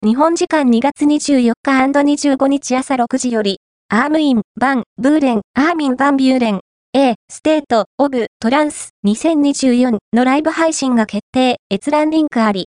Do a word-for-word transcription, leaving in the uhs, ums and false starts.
日本時間にがつにじゅうよっかにじゅうごにち朝ろくじより、アームイン、バン、ブーレン、アーミン・バン・ビューレン、A、ステート、オブ、トランス、にせんにじゅうよんのライブ配信が決定、閲覧リンクあり。